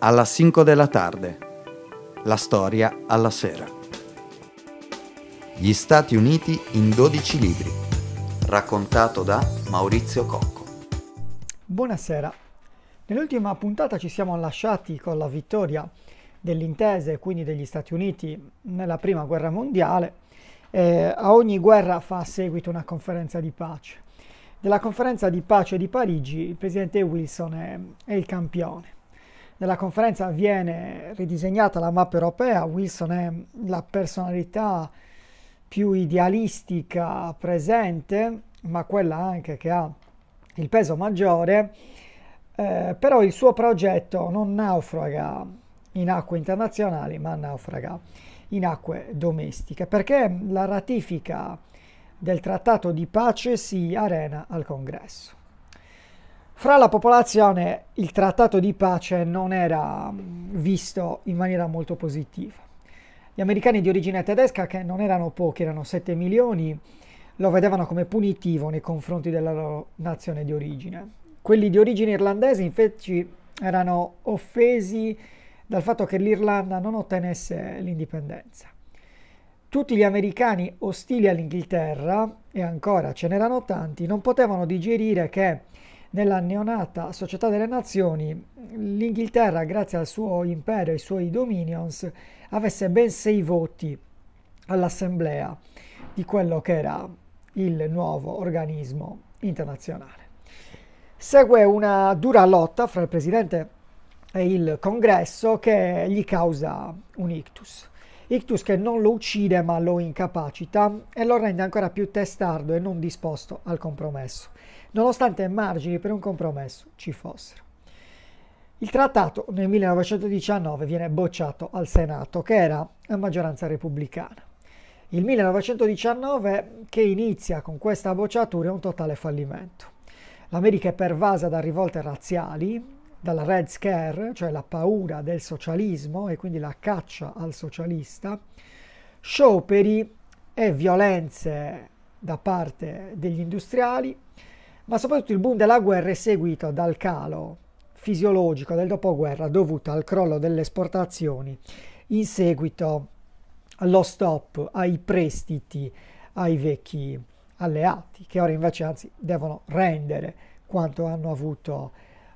Alla 5 della tarde. La storia alla sera. Gli Stati Uniti in 12 libri. Raccontato da Maurizio Cocco. Buonasera. Nell'ultima puntata ci siamo lasciati con la vittoria dell'Intesa e quindi degli Stati Uniti nella Prima Guerra Mondiale. A ogni guerra fa seguito una conferenza di pace. Della conferenza di pace di Parigi il presidente Wilson è il campione. Nella conferenza viene ridisegnata la mappa europea. Wilson è la personalità più idealistica presente, ma quella anche che ha il peso maggiore, però il suo progetto non naufraga in acque internazionali, ma naufraga in acque domestiche, perché la ratifica del trattato di pace si arena al Congresso. Fra la popolazione il trattato di pace non era visto in maniera molto positiva. Gli americani di origine tedesca, che non erano pochi, erano 7 milioni, lo vedevano come punitivo nei confronti della loro nazione di origine. Quelli di origine irlandese invece erano offesi dal fatto che l'Irlanda non ottenesse l'indipendenza. Tutti gli americani ostili all'Inghilterra, e ancora ce n'erano tanti, non potevano digerire che nella neonata Società delle Nazioni l'Inghilterra, grazie al suo impero e ai suoi dominions, avesse ben 6 voti all'assemblea di quello che era il nuovo organismo internazionale. Segue una dura lotta fra il presidente e il congresso che gli causa un ictus. Ictus che non lo uccide ma lo incapacita e lo rende ancora più testardo e non disposto al compromesso, nonostante margini per un compromesso ci fossero. Il trattato nel 1919 viene bocciato al Senato, che era a maggioranza repubblicana. Il 1919 che inizia con questa bocciatura è un totale fallimento. L'America è pervasa da rivolte razziali, dalla Red Scare, cioè la paura del socialismo e quindi la caccia al socialista, scioperi e violenze da parte degli industriali, ma soprattutto il boom della guerra è seguito dal calo fisiologico del dopoguerra dovuto al crollo delle esportazioni in seguito allo stop ai prestiti ai vecchi alleati, che ora invece anzi devono rendere quanto hanno avuto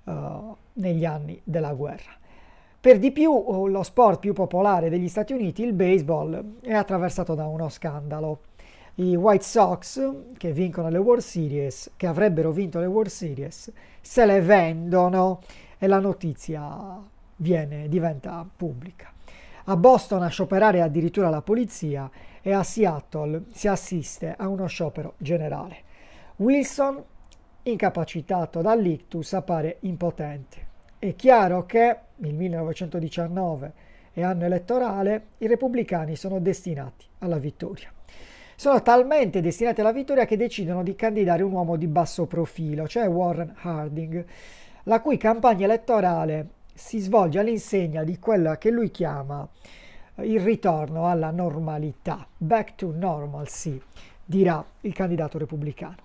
negli anni della guerra. Per di più, lo sport più popolare degli Stati Uniti, il baseball, è attraversato da uno scandalo. I White Sox, che vincono le World Series, che avrebbero vinto le World Series, se le vendono e la notizia diventa pubblica. A Boston a scioperare addirittura la polizia e a Seattle si assiste a uno sciopero generale. Wilson, incapacitato dall'ictus, appare impotente. È chiaro che nel 1919 è anno elettorale, i repubblicani sono destinati alla vittoria. Sono talmente destinati alla vittoria che decidono di candidare un uomo di basso profilo, cioè Warren Harding, la cui campagna elettorale si svolge all'insegna di quella che lui chiama il ritorno alla normalità, back to normalcy, dirà il candidato repubblicano.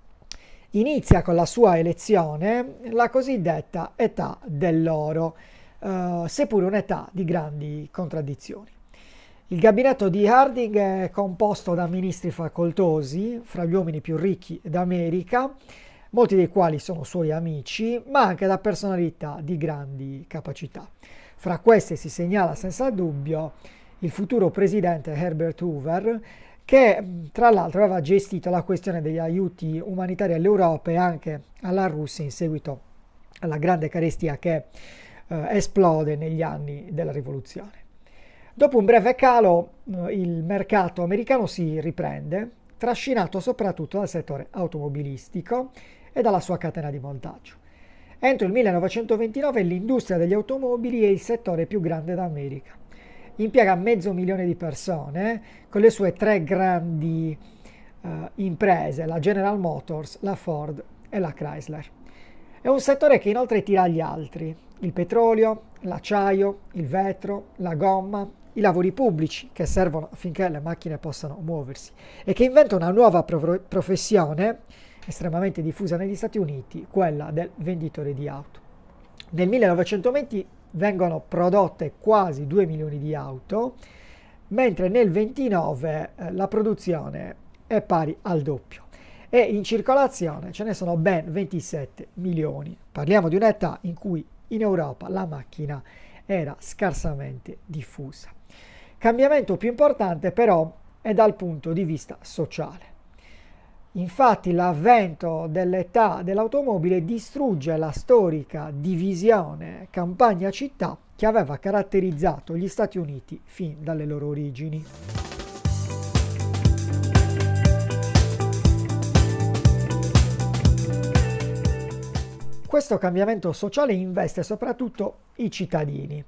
Inizia con la sua elezione la cosiddetta età dell'oro, seppure un'età di grandi contraddizioni. Il gabinetto di Harding è composto da ministri facoltosi, fra gli uomini più ricchi d'America, molti dei quali sono suoi amici, ma anche da personalità di grandi capacità. Fra queste si segnala senza dubbio il futuro presidente Herbert Hoover, che tra l'altro aveva gestito la questione degli aiuti umanitari all'Europa e anche alla Russia in seguito alla grande carestia che esplode negli anni della rivoluzione. Dopo un breve calo, il mercato americano si riprende, trascinato soprattutto dal settore automobilistico e dalla sua catena di montaggio. Entro il 1929 l'industria degli automobili è il settore più grande d'America. Impiega 500.000 di persone con le sue 3 grandi imprese, la General Motors, la Ford e la Chrysler. È un settore che inoltre tira gli altri: il petrolio, l'acciaio, il vetro, la gomma, i lavori pubblici che servono affinché le macchine possano muoversi e che inventa una nuova professione estremamente diffusa negli Stati Uniti, quella del venditore di auto. Nel 1920 vengono prodotte quasi 2 milioni di auto, mentre nel 29 la produzione è pari al doppio e in circolazione ce ne sono ben 27 milioni. Parliamo di un'età in cui in Europa la macchina era scarsamente diffusa. Cambiamento più importante però è dal punto di vista sociale. Infatti l'avvento dell'età dell'automobile distrugge la storica divisione campagna-città che aveva caratterizzato gli Stati Uniti fin dalle loro origini. Questo cambiamento sociale investe soprattutto i cittadini.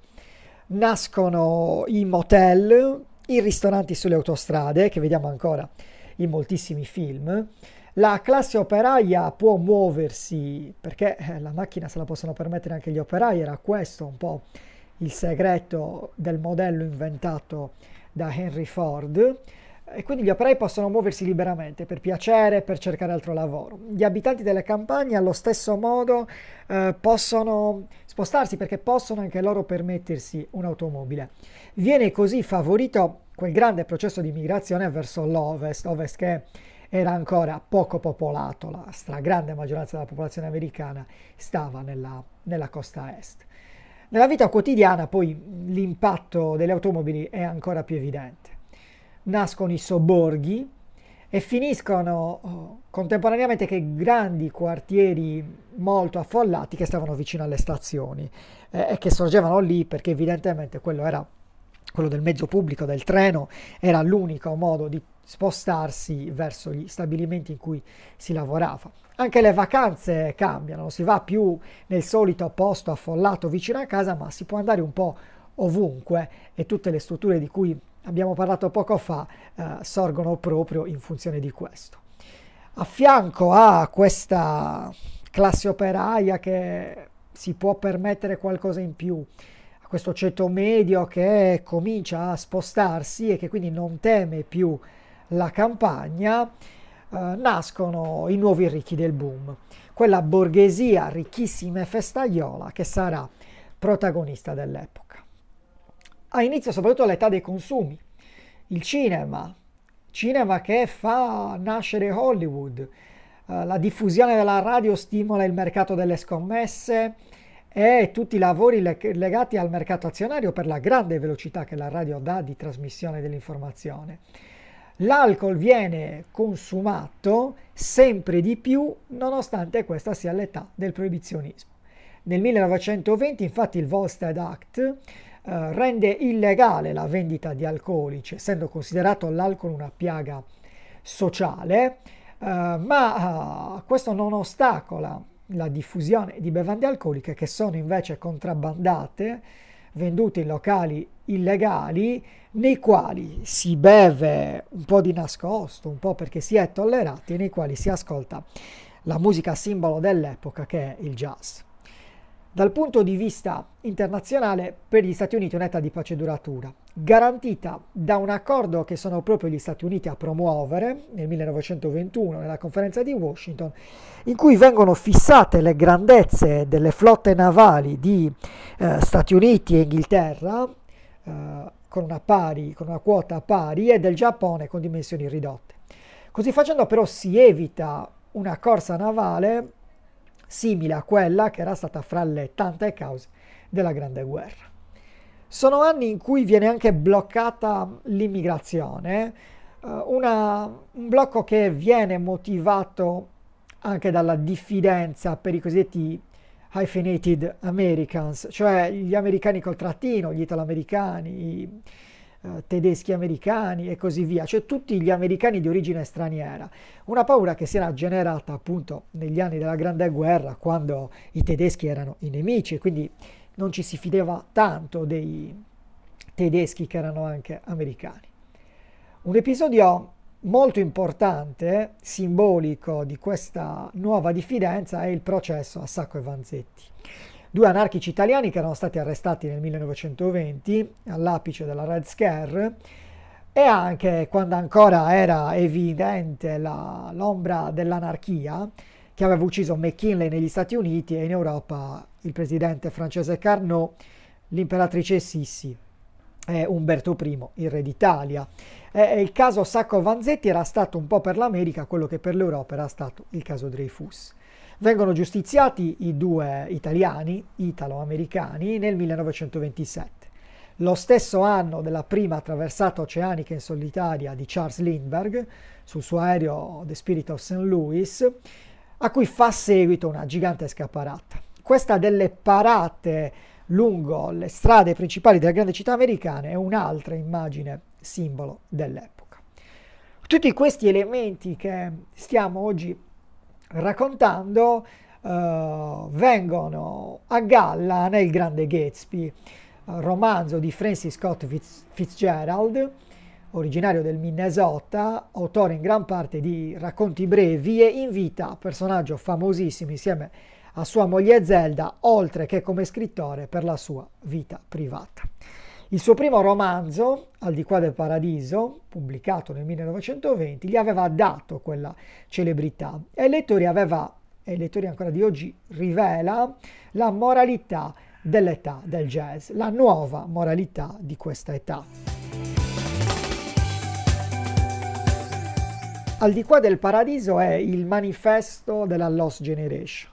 Nascono i motel, i ristoranti sulle autostrade, che vediamo ancora in moltissimi film. La classe operaia può muoversi perché la macchina se la possono permettere anche gli operai, era questo un po' il segreto del modello inventato da Henry Ford, e quindi gli operai possono muoversi liberamente per piacere, per cercare altro lavoro. Gli abitanti delle campagne allo stesso modo possono spostarsi perché possono anche loro permettersi un'automobile. Viene così favorito quel grande processo di migrazione verso l'ovest, ovest che era ancora poco popolato, la stragrande maggioranza della popolazione americana stava nella costa est. Nella vita quotidiana poi l'impatto delle automobili è ancora più evidente. Nascono i sobborghi e finiscono contemporaneamente che grandi quartieri molto affollati che stavano vicino alle stazioni e che sorgevano lì perché evidentemente quello del mezzo pubblico, del treno, era l'unico modo di spostarsi verso gli stabilimenti in cui si lavorava. Anche le vacanze cambiano, non si va più nel solito posto affollato vicino a casa, ma si può andare un po' ovunque e tutte le strutture di cui abbiamo parlato poco fa sorgono proprio in funzione di questo. A fianco a questa classe operaia che si può permettere qualcosa in più, a questo ceto medio che comincia a spostarsi e che quindi non teme più la campagna, nascono i nuovi ricchi del boom, quella borghesia ricchissima e festaiola che sarà protagonista dell'epoca. Ha inizio soprattutto l'età dei consumi, il cinema che fa nascere Hollywood, la diffusione della radio stimola il mercato delle scommesse e tutti i lavori legati al mercato azionario per la grande velocità che la radio dà di trasmissione dell'informazione. L'alcol viene consumato sempre di più nonostante questa sia l'età del proibizionismo. Nel 1920 infatti il Volstead Act rende illegale la vendita di alcolici, essendo considerato l'alcol una piaga sociale, ma questo non ostacola la diffusione di bevande alcoliche che sono invece contrabbandate, vendute in locali illegali, nei quali si beve un po' di nascosto, un po' perché si è tollerati, e nei quali si ascolta la musica simbolo dell'epoca che è il jazz. Dal punto di vista internazionale, per gli Stati Uniti un'età di pace duratura, garantita da un accordo che sono proprio gli Stati Uniti a promuovere nel 1921 nella conferenza di Washington, in cui vengono fissate le grandezze delle flotte navali di Stati Uniti e Inghilterra con una quota pari e del Giappone con dimensioni ridotte. Così facendo però si evita una corsa navale simile a quella che era stata fra le tante cause della Grande Guerra. Sono anni in cui viene anche bloccata l'immigrazione, un blocco che viene motivato anche dalla diffidenza per i cosiddetti hyphenated Americans, cioè gli americani col trattino, gli italoamericani, i tedeschi americani e così via, cioè tutti gli americani di origine straniera. Una paura che si era generata appunto negli anni della Grande Guerra, quando i tedeschi erano i nemici e quindi non ci si fidava tanto dei tedeschi che erano anche americani. Un episodio molto importante, simbolico di questa nuova diffidenza, è il processo a Sacco e Vanzetti. Due anarchici italiani che erano stati arrestati nel 1920 all'apice della Red Scare e anche quando ancora era evidente l'ombra dell'anarchia che aveva ucciso McKinley negli Stati Uniti e in Europa il presidente francese Carnot l'imperatrice Sissi e Umberto I, il re d'Italia. Il caso Sacco-Vanzetti era stato un po' per l'America quello che per l'Europa era stato il caso Dreyfus. Vengono giustiziati i due italiani, italo-americani, nel 1927. Lo stesso anno della prima traversata oceanica in solitaria di Charles Lindbergh sul suo aereo The Spirit of St. Louis, a cui fa seguito una gigantesca parata. Questa delle parate lungo le strade principali delle grandi città americane è un'altra immagine simbolo dell'epoca. Tutti questi elementi che stiamo oggi raccontando vengono a galla nel Grande Gatsby, romanzo di Francis Scott Fitzgerald, originario del Minnesota, autore in gran parte di racconti brevi e in vita personaggio famosissimo insieme a sua moglie Zelda, oltre che come scrittore per la sua vita privata. Il suo primo romanzo, Al di qua del paradiso, pubblicato nel 1920, gli aveva dato quella celebrità e ai lettori ancora di oggi rivela la moralità dell'età del jazz, la nuova moralità di questa età. Al di qua del paradiso è il manifesto della Lost Generation,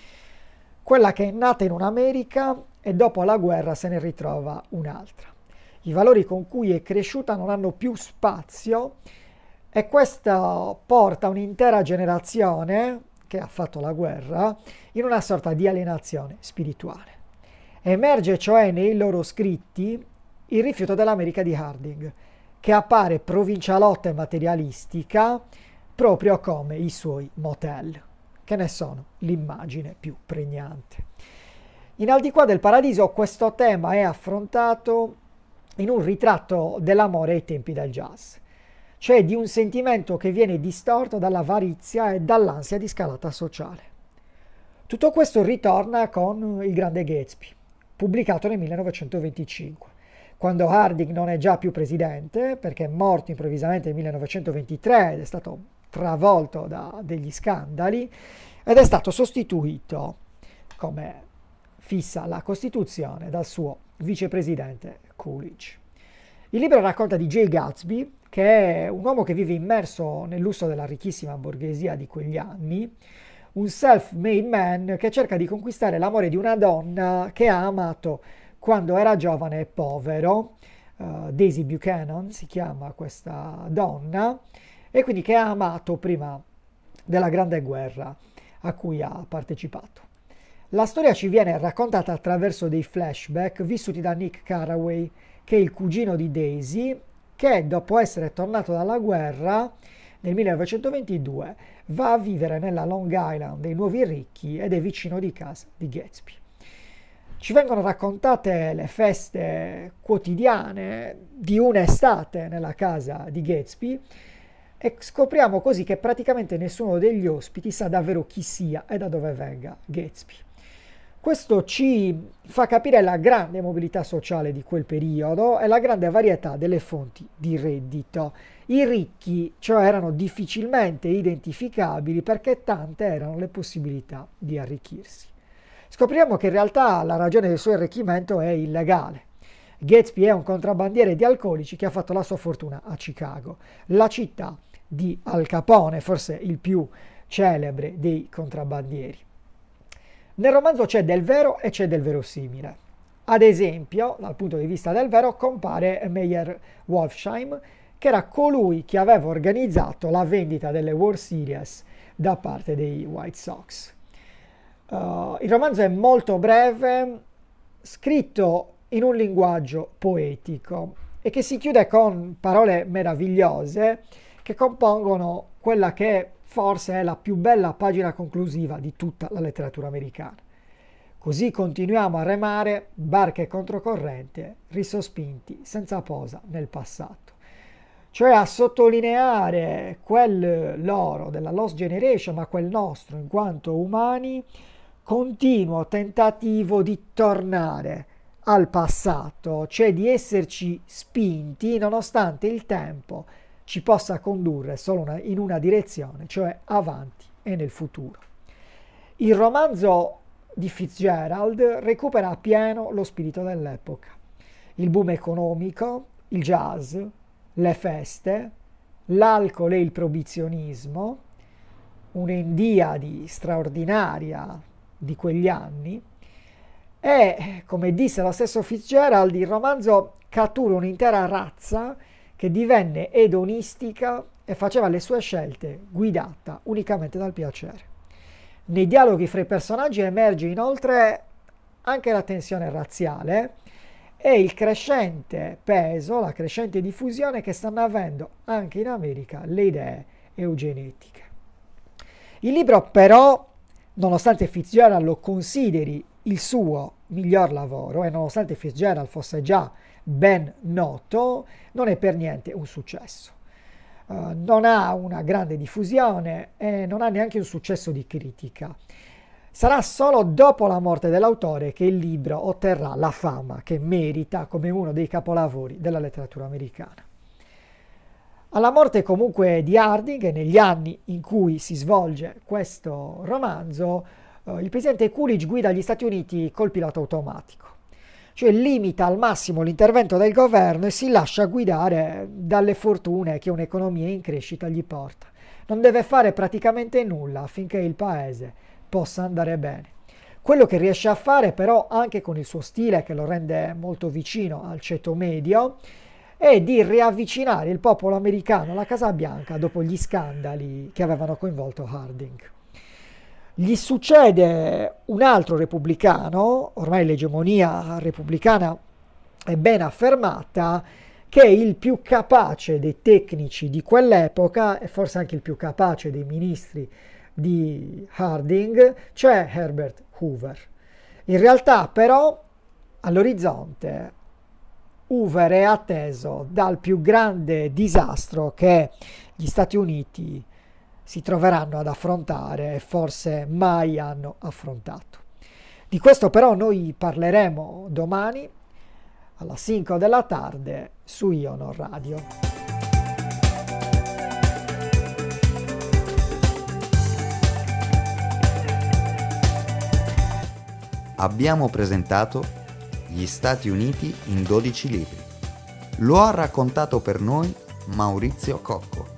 quella che è nata in un'America e dopo la guerra se ne ritrova un'altra. I valori con cui è cresciuta non hanno più spazio e questo porta un'intera generazione che ha fatto la guerra in una sorta di alienazione spirituale. Emerge cioè nei loro scritti il rifiuto dell'America di Harding, che appare provincialotta e materialistica proprio come i suoi motel, che ne sono l'immagine più pregnante. In Al di qua del paradiso questo tema è affrontato in un ritratto dell'amore ai tempi del jazz, cioè di un sentimento che viene distorto dall'avarizia e dall'ansia di scalata sociale. Tutto questo ritorna con Il Grande Gatsby, pubblicato nel 1925, quando Harding non è già più presidente, perché è morto improvvisamente nel 1923 ed è stato travolto da degli scandali, ed è stato sostituito, come fissa la Costituzione, dal suo vicepresidente Coolidge. Il libro racconta di Jay Gatsby, che è un uomo che vive immerso nel lusso della ricchissima borghesia di quegli anni, un self-made man che cerca di conquistare l'amore di una donna che ha amato quando era giovane e povero. Daisy Buchanan si chiama questa donna, e quindi che ha amato prima della Grande Guerra a cui ha partecipato. La storia ci viene raccontata attraverso dei flashback vissuti da Nick Carraway, che è il cugino di Daisy, che dopo essere tornato dalla guerra nel 1922 va a vivere nella Long Island dei Nuovi Ricchi ed è vicino di casa di Gatsby. Ci vengono raccontate le feste quotidiane di un'estate nella casa di Gatsby e scopriamo così che praticamente nessuno degli ospiti sa davvero chi sia e da dove venga Gatsby. Questo ci fa capire la grande mobilità sociale di quel periodo e la grande varietà delle fonti di reddito. I ricchi, cioè, erano difficilmente identificabili perché tante erano le possibilità di arricchirsi. Scopriamo che in realtà la ragione del suo arricchimento è illegale. Gatsby è un contrabbandiere di alcolici che ha fatto la sua fortuna a Chicago, la città di Al Capone, forse il più celebre dei contrabbandieri. Nel romanzo c'è del vero e c'è del verosimile. Ad esempio, dal punto di vista del vero, compare Meyer Wolfsheim, che era colui che aveva organizzato la vendita delle World Series da parte dei White Sox. Il romanzo è molto breve, scritto in un linguaggio poetico e che si chiude con parole meravigliose che compongono quella che forse è la più bella pagina conclusiva di tutta la letteratura americana. Così continuiamo a remare, barche controcorrente, risospinti senza posa nel passato. Cioè a sottolineare quel loro della Lost Generation, ma quel nostro in quanto umani, continuo tentativo di tornare al passato, cioè di esserci spinti nonostante il tempo ci possa condurre solo in una direzione, cioè avanti e nel futuro. Il romanzo di Fitzgerald recupera appieno lo spirito dell'epoca. Il boom economico, il jazz, le feste, l'alcol e il proibizionismo, un'endiadi straordinaria di quegli anni, e, come disse lo stesso Fitzgerald, il romanzo cattura un'intera razza che divenne edonistica e faceva le sue scelte guidata unicamente dal piacere. Nei dialoghi fra i personaggi emerge inoltre anche la tensione razziale e il crescente peso, la crescente diffusione che stanno avendo anche in America le idee eugenetiche. Il libro però, nonostante Fitzgerald lo consideri il suo miglior lavoro e nonostante Fitzgerald fosse già ben noto, non è per niente un successo. Non ha una grande diffusione e non ha neanche un successo di critica. Sarà solo dopo la morte dell'autore che il libro otterrà la fama che merita come uno dei capolavori della letteratura americana. Alla morte comunque di Harding e negli anni in cui si svolge questo romanzo, il presidente Coolidge guida gli Stati Uniti col pilota automatico, cioè limita al massimo l'intervento del governo e si lascia guidare dalle fortune che un'economia in crescita gli porta. Non deve fare praticamente nulla affinché il paese possa andare bene. Quello che riesce a fare però, anche con il suo stile che lo rende molto vicino al ceto medio, è di riavvicinare il popolo americano alla Casa Bianca dopo gli scandali che avevano coinvolto Harding. Gli succede un altro repubblicano, ormai l'egemonia repubblicana è ben affermata, che è il più capace dei tecnici di quell'epoca e forse anche il più capace dei ministri di Harding, cioè Herbert Hoover. In realtà però all'orizzonte Hoover è atteso dal più grande disastro che gli Stati Uniti si troveranno ad affrontare e forse mai hanno affrontato. Di questo però noi parleremo domani alla 5 della tarde su Ionor Radio. Abbiamo presentato Gli Stati Uniti in 12 libri. Lo ha raccontato per noi Maurizio Cocco.